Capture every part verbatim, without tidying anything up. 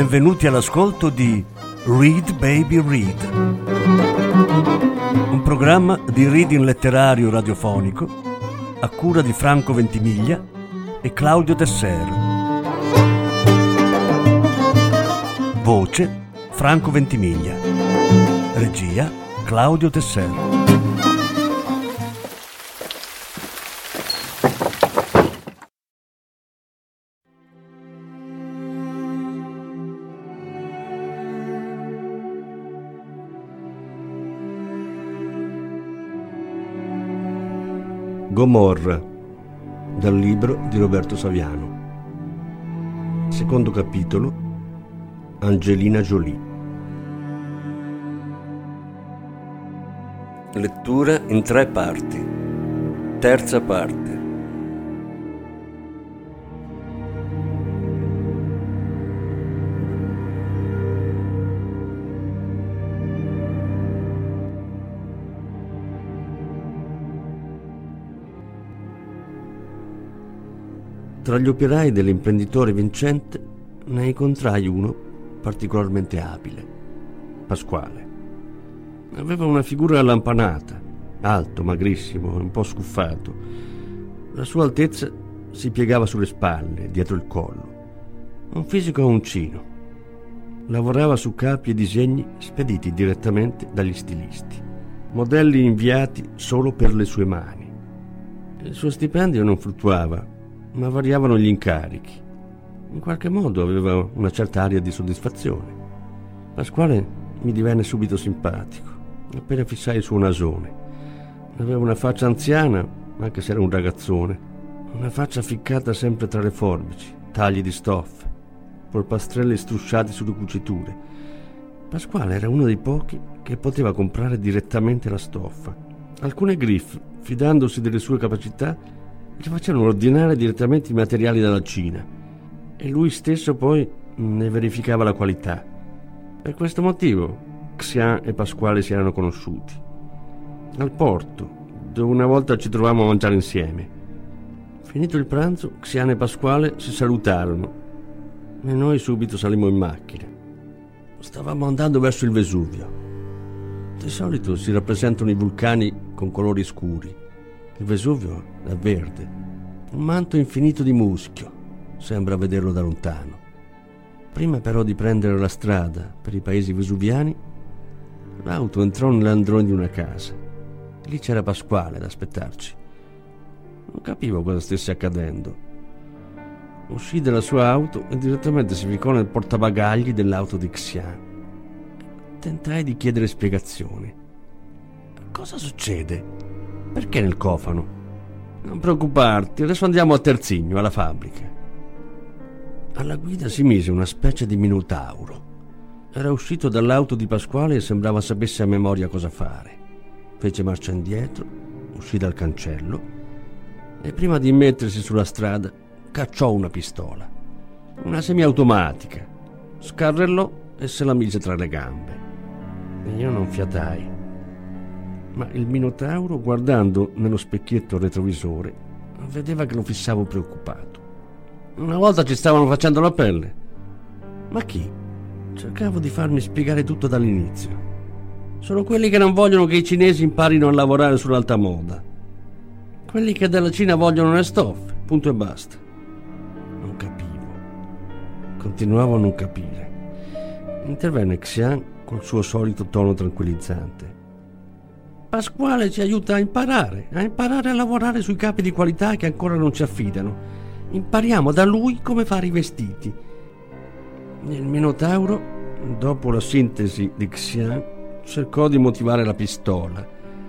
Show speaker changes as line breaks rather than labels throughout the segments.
Benvenuti all'ascolto di Read Baby Read, un programma di reading letterario radiofonico a cura di Franco Ventimiglia e Claudio Tesser. Voce Franco Ventimiglia. Regia Claudio Tesser.
Gomorra, dal libro di Roberto Saviano. Secondo capitolo, Angelina Jolie. Lettura in tre parti. Terza parte. Tra gli operai dell'imprenditore vincente ne incontrai uno particolarmente abile, Pasquale. Aveva una figura allampanata, alto, magrissimo, un po' scuffato. La sua altezza si piegava sulle spalle, dietro il collo. Un fisico uncino. Lavorava su capi e disegni spediti direttamente dagli stilisti, modelli inviati solo per le sue mani. Il suo stipendio non fluttuava, ma variavano gli incarichi. In qualche modo aveva una certa aria di soddisfazione. Pasquale mi divenne subito simpatico, appena fissai il suo nasone. Aveva una faccia anziana, anche se era un ragazzone, una faccia ficcata sempre tra le forbici, tagli di stoffe, polpastrelli strusciati sulle cuciture. Pasquale era uno dei pochi che poteva comprare direttamente la stoffa. Alcune griffe, fidandosi delle sue capacità, ci facevano ordinare direttamente i materiali dalla Cina e lui stesso poi ne verificava la qualità. Per questo motivo Xian e Pasquale si erano conosciuti al porto, dove una volta ci trovammo a mangiare insieme. Finito il pranzo, Xian e Pasquale si salutarono e noi subito salimmo in macchina. Stavamo andando verso il Vesuvio. Di solito si rappresentano i vulcani con colori scuri. Il Vesuvio è verde, un manto infinito di muschio, sembra vederlo da lontano. Prima però di prendere la strada per i paesi vesuviani, l'auto entrò nell'androne di una casa. Lì c'era Pasquale ad aspettarci. Non capivo cosa stesse accadendo. Uscì dalla sua auto e direttamente si ficcò nel portabagagli dell'auto di Xian. Tentai di chiedere spiegazioni. Cosa succede? Perché nel cofano? Non preoccuparti, adesso andiamo a Terzigno, alla fabbrica. Alla guida si mise una specie di minotauro. Era uscito dall'auto di Pasquale e sembrava sapesse a memoria cosa fare. Fece marcia indietro, uscì dal cancello e prima di mettersi sulla strada cacciò una pistola, una semiautomatica, scarrellò e se la mise tra le gambe. E io non fiatai. Ma il minotauro, guardando nello specchietto retrovisore, vedeva che lo fissavo preoccupato. Una volta ci stavano facendo la pelle. Ma chi? Cercavo di farmi spiegare tutto dall'inizio. Sono quelli che non vogliono che i cinesi imparino a lavorare sull'alta moda. Quelli che dalla Cina vogliono le stoffe, punto e basta. Non capivo. Continuavo a non capire. Intervenne Xian col suo solito tono tranquillizzante. Pasquale ci aiuta a imparare, a imparare a lavorare sui capi di qualità che ancora non ci affidano. Impariamo da lui come fare i vestiti. Il minotauro, dopo la sintesi di Xian, cercò di motivare la pistola.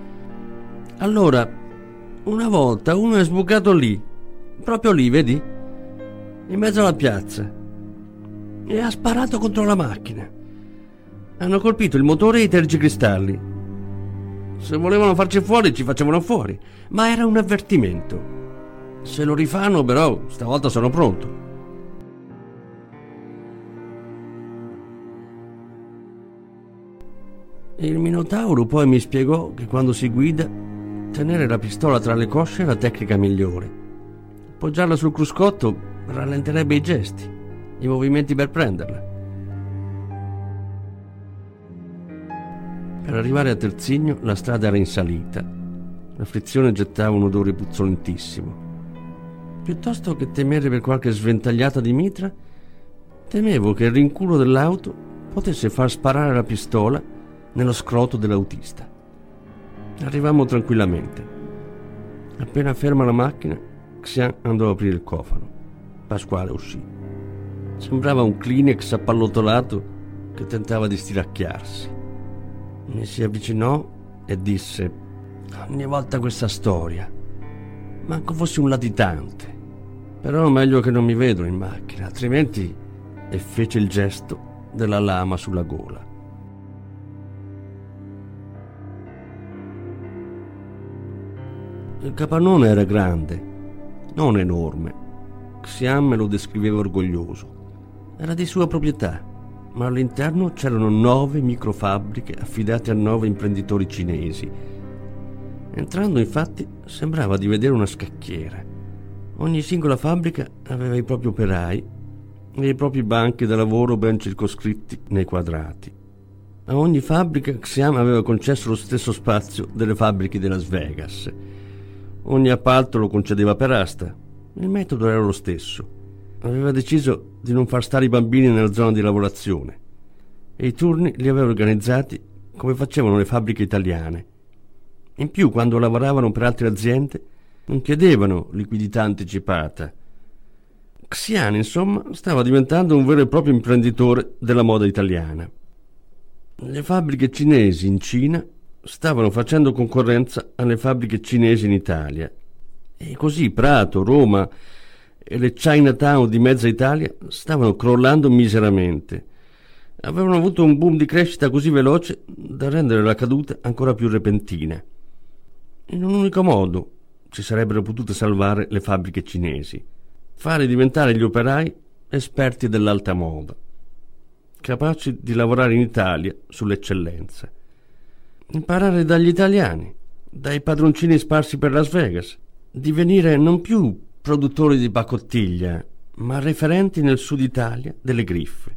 Allora, una volta uno è sbucato lì, proprio lì, vedi? In mezzo alla piazza. E ha sparato contro la macchina. Hanno colpito il motore e i tergicristalli. Se volevano farci fuori, ci facevano fuori. Ma era un avvertimento. Se lo rifanno, però, stavolta sono pronto. Il minotauro poi mi spiegò che quando si guida, tenere la pistola tra le cosce è la tecnica migliore. Poggiarla sul cruscotto rallenterebbe i gesti, i movimenti per prenderla. Per arrivare a Terzigno la strada era in salita. La frizione gettava un odore puzzolentissimo. Piuttosto che temere per qualche sventagliata di mitra, temevo che il rinculo dell'auto potesse far sparare la pistola nello scroto dell'autista. Arrivammo tranquillamente. Appena ferma la macchina, Xian andò a aprire il cofano. Pasquale uscì. Sembrava un Kleenex appallottolato che tentava di stiracchiarsi. Mi si avvicinò e disse: ogni volta questa storia, manco fossi un latitante. Però meglio che non mi vedono in macchina, altrimenti... E fece il gesto della lama sulla gola. Il capannone era grande, non enorme. Xian me lo descriveva orgoglioso. Era di sua proprietà, ma all'interno c'erano nove microfabbriche affidate a nove imprenditori cinesi. Entrando, infatti, sembrava di vedere una scacchiera. Ogni singola fabbrica aveva i propri operai e i propri banchi da lavoro ben circoscritti nei quadrati. A ogni fabbrica Xian aveva concesso lo stesso spazio delle fabbriche di Las Vegas. Ogni appalto lo concedeva per asta. Il metodo era lo stesso. Aveva deciso di non far stare i bambini nella zona di lavorazione e i turni li aveva organizzati come facevano le fabbriche italiane. In più, quando lavoravano per altre aziende, non chiedevano liquidità anticipata. Xian, insomma, stava diventando un vero e proprio imprenditore della moda italiana. Le fabbriche cinesi in Cina stavano facendo concorrenza alle fabbriche cinesi in Italia. E così Prato, Roma e le Chinatown di mezza Italia stavano crollando miseramente. Avevano avuto un boom di crescita così veloce da rendere la caduta ancora più repentina. In un unico modo si sarebbero potute salvare le fabbriche cinesi: fare diventare gli operai esperti dell'alta moda, capaci di lavorare in Italia sull'eccellenza. Imparare dagli italiani, dai padroncini sparsi per Las Vegas, divenire non più produttori di pacottiglia, ma referenti nel sud Italia delle griffe.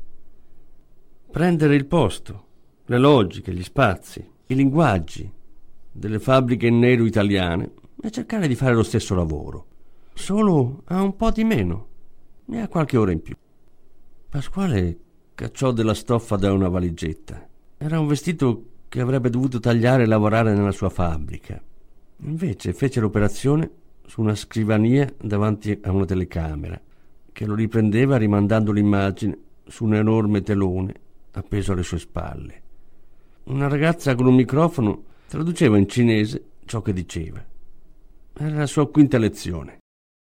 Prendere il posto, le logiche, gli spazi, i linguaggi delle fabbriche in nero italiane e cercare di fare lo stesso lavoro, solo a un po' di meno e a qualche ora in più. Pasquale cacciò della stoffa da una valigetta. Era un vestito che avrebbe dovuto tagliare e lavorare nella sua fabbrica. Invece fece l'operazione su una scrivania davanti a una telecamera che lo riprendeva rimandando l'immagine su un enorme telone appeso alle sue spalle. Una ragazza con un microfono traduceva in cinese ciò che diceva. Era la sua quinta lezione.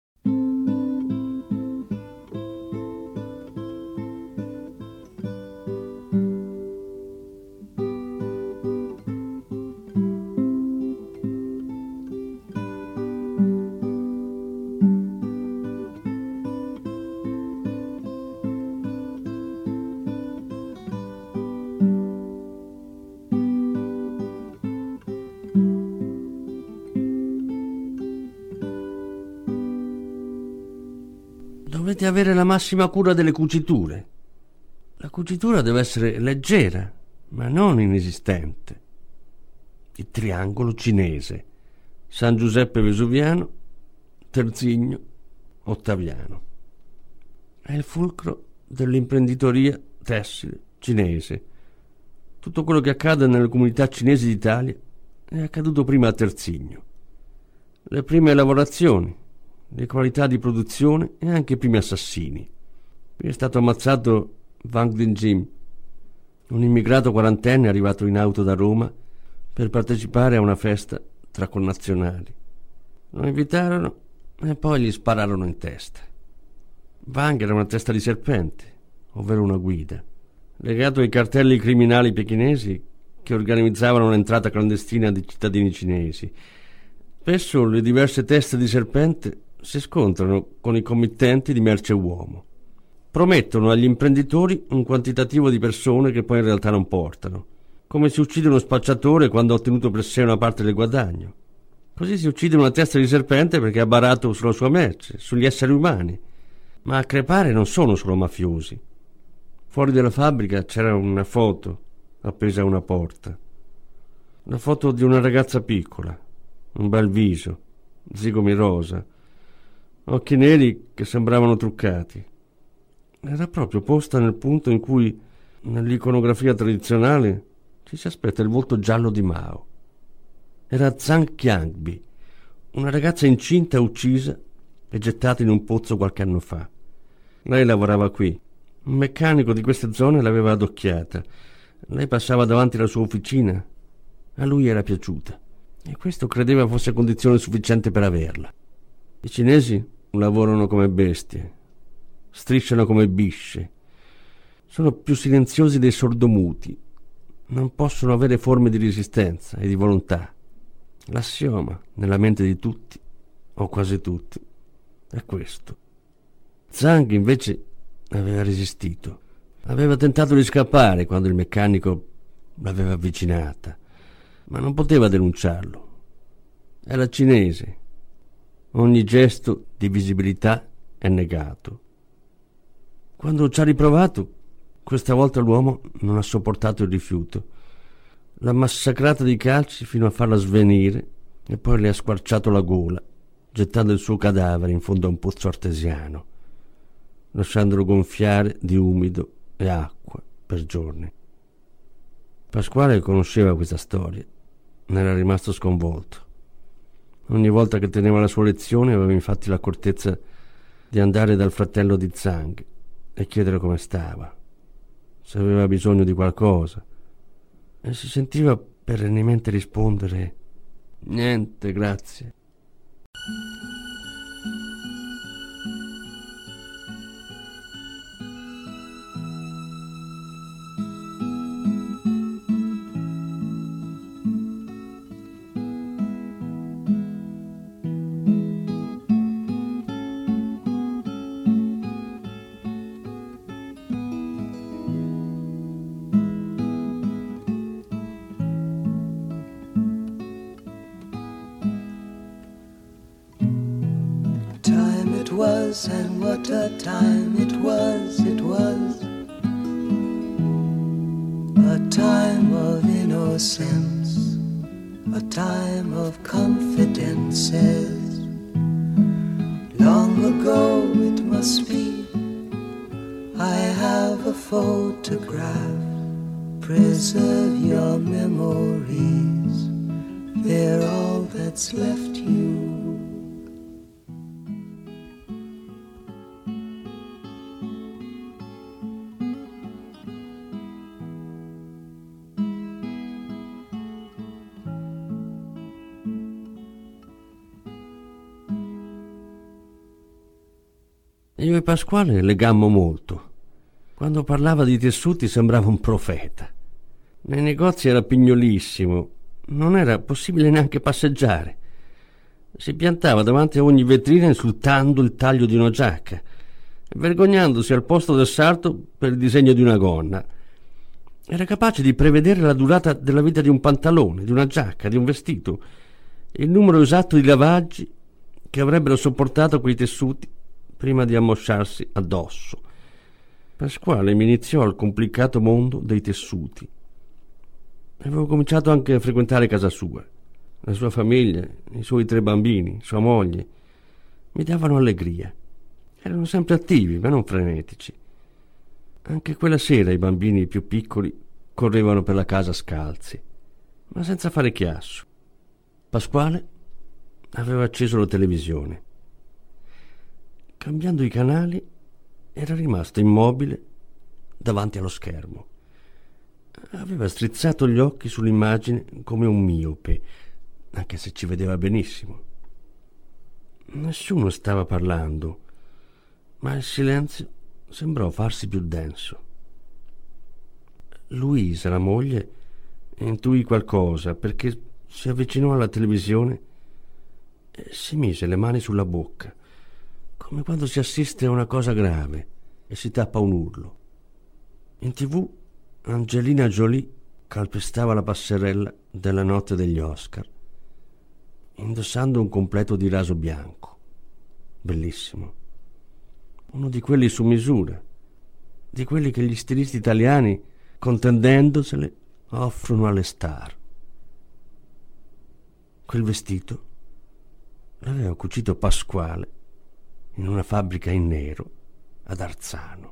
Dovete avere la massima cura delle cuciture. La cucitura deve essere leggera, ma non inesistente. Il triangolo cinese: San Giuseppe Vesuviano, Terzigno, Ottaviano. È il fulcro dell'imprenditoria tessile cinese. Tutto quello che accade nelle comunità cinesi d'Italia è accaduto prima a Terzigno. Le prime lavorazioni, le qualità di produzione e anche i primi assassini. Qui è stato ammazzato Wang Dingjin, un immigrato quarantenne arrivato in auto da Roma per partecipare a una festa tra connazionali. Lo invitarono e poi gli spararono in testa. Wang era una testa di serpente, ovvero una guida, legato ai cartelli criminali pechinesi che organizzavano l'entrata clandestina di cittadini cinesi. Spesso le diverse teste di serpente si scontrano con i committenti di merce uomo. Promettono agli imprenditori un quantitativo di persone che poi in realtà non portano, come si uccide uno spacciatore quando ha ottenuto per sé una parte del guadagno. Così si uccide una testa di serpente perché ha barato sulla sua merce, sugli esseri umani. Ma a crepare non sono solo mafiosi. Fuori dalla fabbrica c'era una foto appesa a una porta. La foto di una ragazza piccola, un bel viso, zigomi rosa, occhi neri che sembravano truccati. Era proprio posta nel punto in cui, nell'iconografia tradizionale, ci si aspetta il volto giallo di Mao. Era Zhang Qiangbi, una ragazza incinta uccisa e gettata in un pozzo qualche anno fa. Lei lavorava qui. Un meccanico di queste zone l'aveva adocchiata. Lei passava davanti alla sua officina. A lui era piaciuta e questo credeva fosse condizione sufficiente per averla. I cinesi lavorano come bestie, strisciano come bisce, sono più silenziosi dei sordomuti, non possono avere forme di resistenza e di volontà. L'assioma nella mente di tutti, o quasi tutti, è questo. Zhang invece aveva resistito, aveva tentato di scappare quando il meccanico l'aveva avvicinata, ma non poteva denunciarlo. Era cinese. Ogni gesto di visibilità è negato. Quando ci ha riprovato, questa volta l'uomo non ha sopportato il rifiuto. L'ha massacrata di calci fino a farla svenire e poi le ha squarciato la gola, gettando il suo cadavere in fondo a un pozzo artesiano, lasciandolo gonfiare di umido e acqua per giorni. Pasquale conosceva questa storia. Ne era rimasto sconvolto. Ogni volta che teneva la sua lezione aveva infatti l'accortezza di andare dal fratello di Zhang e chiedere come stava, se aveva bisogno di qualcosa, e si sentiva perennemente rispondere: niente, grazie.
Was and what a time it was, it was a time of innocence, a time of confidences. Long ago it must be, I have a photograph. Preserve your memories, they're all that's left you.
Io e Pasquale legammo molto. Quando parlava di tessuti sembrava un profeta. Nei negozi era pignolissimo, non era possibile neanche passeggiare. Si piantava davanti a ogni vetrina insultando il taglio di una giacca, vergognandosi al posto del sarto per il disegno di una gonna. Era capace di prevedere la durata della vita di un pantalone, di una giacca, di un vestito, il numero esatto di lavaggi che avrebbero sopportato quei tessuti prima di ammosciarsi addosso. Pasquale mi iniziò al complicato mondo dei tessuti. Avevo cominciato anche a frequentare casa sua. La sua famiglia, i suoi tre bambini, sua moglie, mi davano allegria. Erano sempre attivi, ma non frenetici. Anche quella sera i bambini più piccoli correvano per la casa scalzi, ma senza fare chiasso. Pasquale aveva acceso la televisione. Cambiando i canali, era rimasto immobile davanti allo schermo. Aveva strizzato gli occhi sull'immagine come un miope, anche se ci vedeva benissimo. Nessuno stava parlando, ma il silenzio sembrò farsi più denso. Luisa, la moglie, intuì qualcosa perché si avvicinò alla televisione e si mise le mani sulla bocca, come quando si assiste a una cosa grave e si tappa un urlo. In tv Angelina Jolie calpestava la passerella della notte degli Oscar, indossando un completo di raso bianco, bellissimo, uno di quelli su misura, di quelli che gli stilisti italiani, contendendosele, offrono alle star. Quel vestito l'aveva cucito Pasquale in una fabbrica in nero ad Arzano.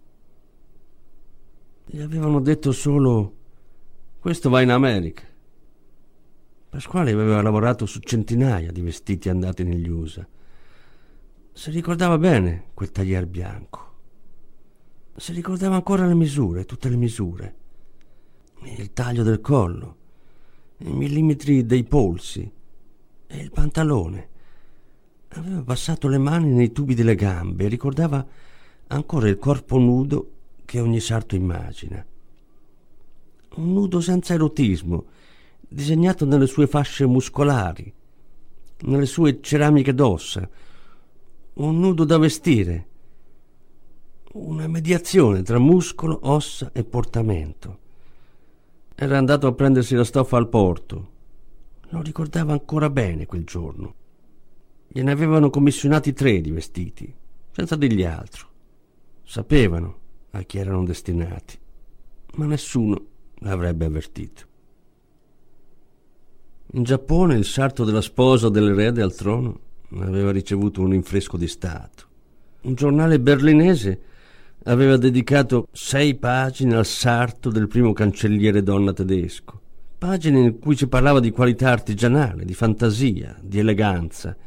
Gli avevano detto solo: questo va in America. Pasquale aveva lavorato su centinaia di vestiti andati negli U S A. Si ricordava bene quel taglier bianco. Si ricordava ancora le misure, tutte le misure. Il taglio del collo, i millimetri dei polsi e il pantalone. Aveva passato le mani nei tubi delle gambe e ricordava ancora il corpo nudo che ogni sarto immagina. Un nudo senza erotismo, disegnato nelle sue fasce muscolari, nelle sue ceramiche d'ossa. Un nudo da vestire, una mediazione tra muscolo, ossa e portamento. Era andato a prendersi la stoffa al porto. Lo ricordava ancora bene quel giorno. Gliene avevano commissionati tre di vestiti, senza dirgli altro. Sapevano a chi erano destinati, ma nessuno l'avrebbe avvertito. In Giappone il sarto della sposa dell'erede al trono aveva ricevuto un rinfresco di stato. Un giornale berlinese aveva dedicato sei pagine al sarto del primo cancelliere donna tedesco, pagine in cui si parlava di qualità artigianale, di fantasia, di eleganza.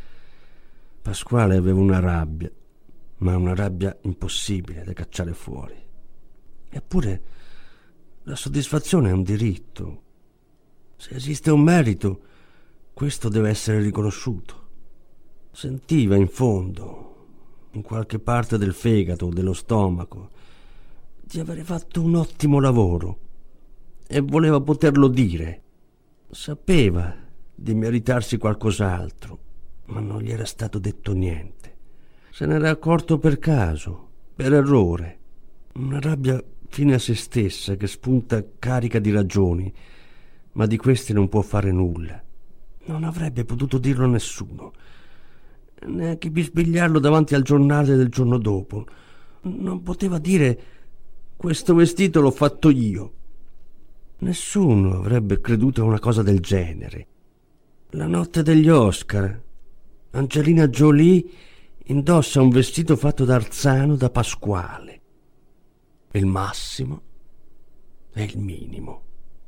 Pasquale aveva una rabbia, ma una rabbia impossibile da cacciare fuori. Eppure la soddisfazione è un diritto. Se esiste un merito, questo deve essere riconosciuto. Sentiva in fondo, in qualche parte del fegato o dello stomaco, di avere fatto un ottimo lavoro e voleva poterlo dire. Sapeva di meritarsi qualcos'altro, ma non gli era stato detto niente. Se n'era accorto per caso, per errore. Una rabbia fine a se stessa che spunta carica di ragioni, ma di queste non può fare nulla. Non avrebbe potuto dirlo a nessuno, neanche bisbigliarlo davanti al giornale del giorno dopo. Non poteva dire: questo vestito l'ho fatto io. Nessuno avrebbe creduto a una cosa del genere. La notte degli Oscar, Angelina Jolie indossa un vestito fatto da Arzano da Pasquale. Il massimo e il minimo.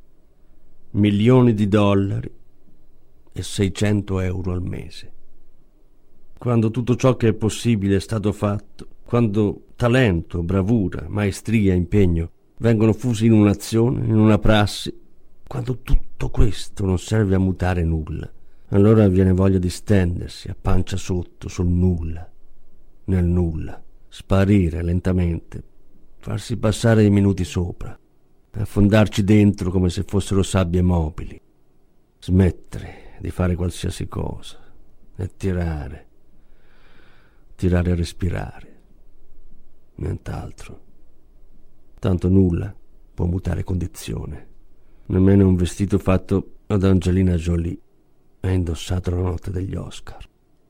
Milioni di dollari e seicento euro al mese. Quando tutto ciò che è possibile è stato fatto, quando talento, bravura, maestria, impegno vengono fusi in un'azione, in una prassi, quando tutto questo non serve a mutare nulla, allora viene voglia di stendersi a pancia sotto sul nulla, nel nulla, sparire lentamente, farsi passare i minuti sopra, affondarci dentro come se fossero sabbie mobili, smettere di fare qualsiasi cosa e tirare, tirare a respirare, nient'altro. Tanto nulla può mutare condizione, nemmeno un vestito fatto ad Angelina Jolie e indossato la notte degli Oscar.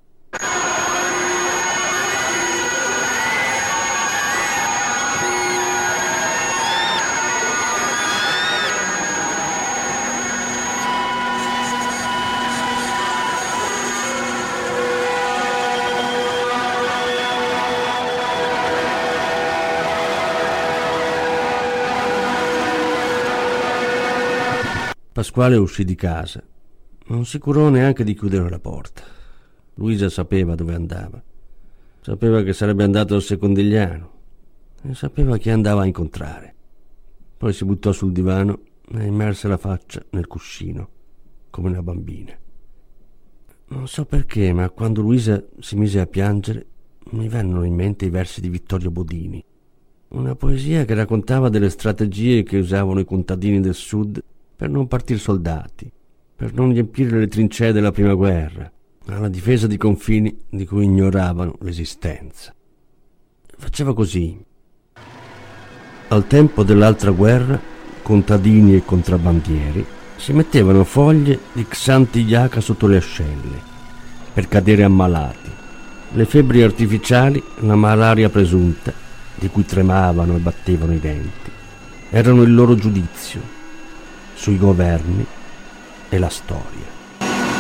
Pasquale uscì di casa. Non si curò neanche di chiudere la porta. Luisa sapeva dove andava. Sapeva che sarebbe andato al Secondigliano e sapeva chi andava a incontrare. Poi si buttò sul divano e immerse la faccia nel cuscino, come una bambina. Non so perché, ma quando Luisa si mise a piangere, mi vennero in mente i versi di Vittorio Bodini. Una poesia che raccontava delle strategie che usavano i contadini del sud per non partir soldati, per non riempire le trincee della prima guerra, alla difesa di confini di cui ignoravano l'esistenza. Faceva così. Al tempo dell'altra guerra, contadini e contrabbandieri si mettevano foglie di xantigliaca sotto le ascelle per cadere ammalati. Le febbri artificiali, la malaria presunta, di cui tremavano e battevano i denti, erano il loro giudizio sui governi e la storia.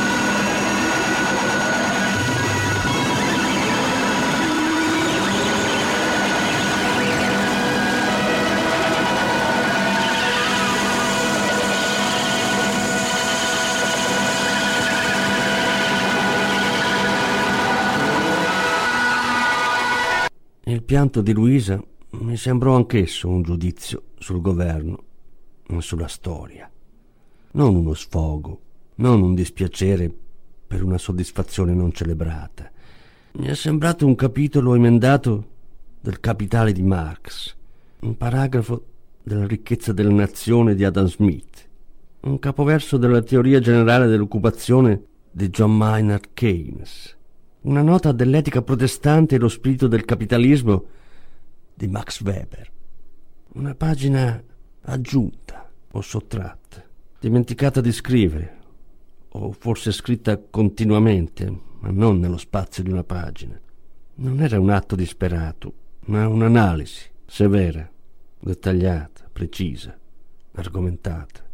pianto di Luisa mi sembrò anch'esso un giudizio sul governo e sulla storia. Non uno sfogo, non un dispiacere per una soddisfazione non celebrata. Mi è sembrato un capitolo emendato del Capitale di Marx, un paragrafo della ricchezza della nazione di Adam Smith, un capoverso della teoria generale dell'occupazione di John Maynard Keynes, una nota dell'etica protestante e lo spirito del capitalismo di Max Weber, una pagina aggiunta o sottratta, dimenticata di scrivere, o forse scritta continuamente, ma non nello spazio di una pagina. Non era un atto disperato, ma un'analisi severa, dettagliata, precisa, argomentata.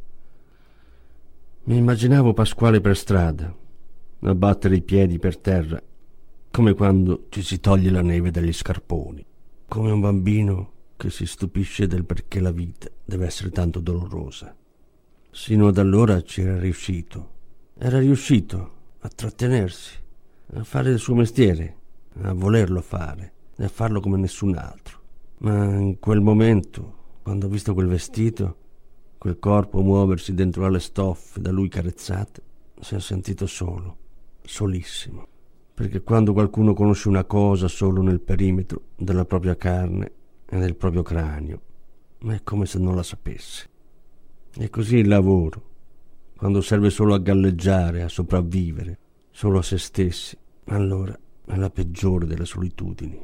Mi immaginavo Pasquale per strada, a battere i piedi per terra, come quando ci si toglie la neve dagli scarponi, come un bambino che si stupisce del perché la vita deve essere tanto dolorosa. Sino ad allora ci era riuscito. Era riuscito a trattenersi, a fare il suo mestiere, a volerlo fare e a farlo come nessun altro. Ma in quel momento, quando ho visto quel vestito, quel corpo muoversi dentro alle stoffe da lui carezzate, si è sentito solo, solissimo. Perché quando qualcuno conosce una cosa solo nel perimetro della propria carne e del proprio cranio, è come se non la sapesse. E così il lavoro, quando serve solo a galleggiare, a sopravvivere, solo a se stessi, allora è la peggiore delle solitudini.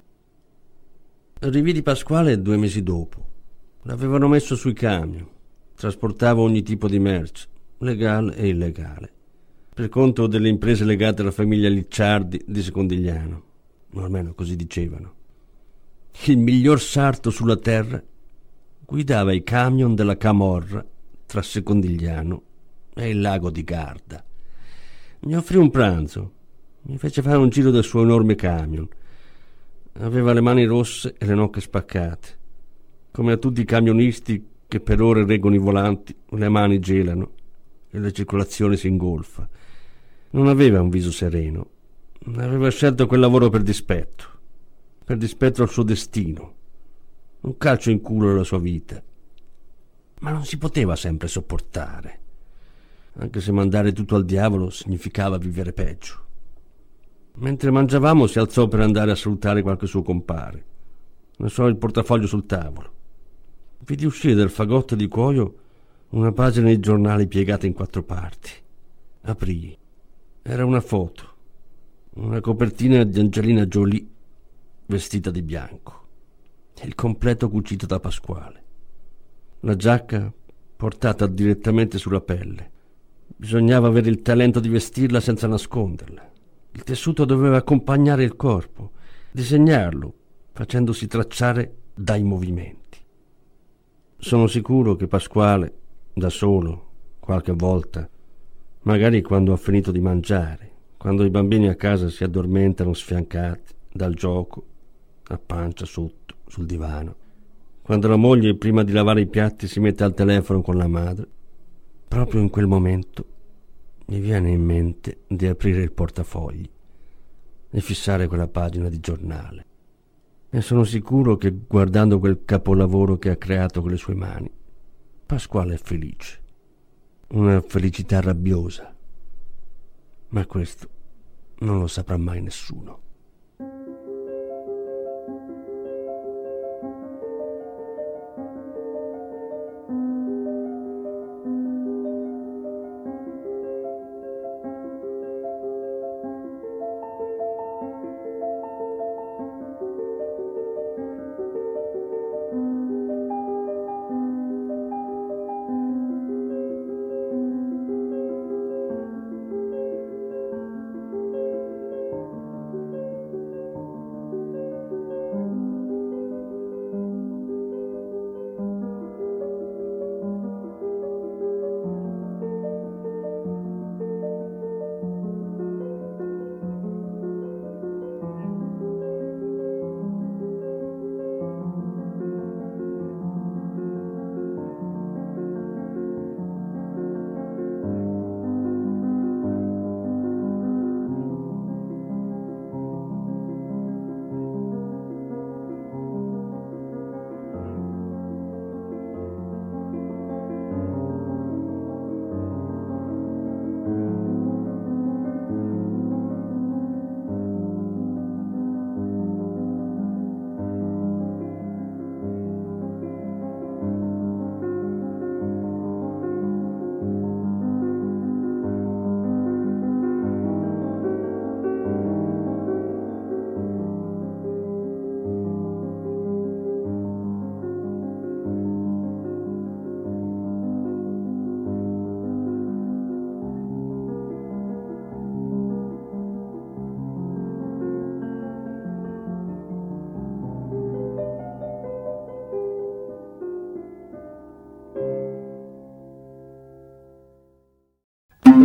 Rividi Pasquale due mesi dopo. L'avevano messo sui camion. Trasportava ogni tipo di merce, legale e illegale, per conto delle imprese legate alla famiglia Licciardi di Secondigliano, o almeno così dicevano. Il miglior sarto sulla terra guidava i camion della Camorra tra Secondigliano e il lago di Garda. Mi offrì un pranzo, mi fece fare un giro del suo enorme camion. Aveva le mani rosse e le nocche spaccate. Come a tutti i camionisti che per ore reggono i volanti, le mani gelano e la circolazione si ingolfa. Non aveva un viso sereno. Aveva scelto quel lavoro per dispetto, per dispetto al suo destino, un calcio in culo alla sua vita. Ma non si poteva sempre sopportare, anche se mandare tutto al diavolo significava vivere peggio. Mentre mangiavamo si alzò per andare a salutare qualche suo compare. Lasciò il portafoglio sul tavolo. Vidi uscire dal fagotto di cuoio una pagina di giornale piegata in quattro parti. Aprii. Era una foto, una copertina di Angelina Jolie vestita di bianco, il completo cucito da Pasquale. La giacca portata direttamente sulla pelle. Bisognava avere il talento di vestirla senza nasconderla. Il tessuto doveva accompagnare il corpo, disegnarlo, facendosi tracciare dai movimenti. Sono sicuro che Pasquale, da solo, qualche volta, magari quando ha finito di mangiare, quando i bambini a casa si addormentano sfiancati dal gioco, a pancia sotto, sul divano, quando la moglie prima di lavare i piatti si mette al telefono con la madre, proprio in quel momento mi viene in mente di aprire il portafogli e fissare quella pagina di giornale. E sono sicuro che guardando quel capolavoro che ha creato con le sue mani, Pasquale è felice. Una felicità rabbiosa. Ma questo non lo saprà mai nessuno.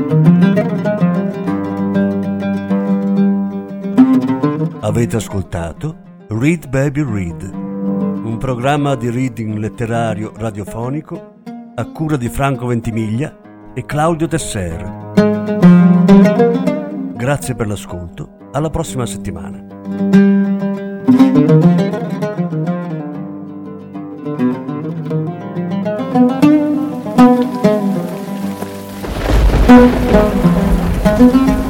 Avete ascoltato Read Baby Read, un programma di reading letterario radiofonico a cura di Franco Ventimiglia e Claudio Tesser. Grazie per l'ascolto, alla prossima settimana.
Thank you.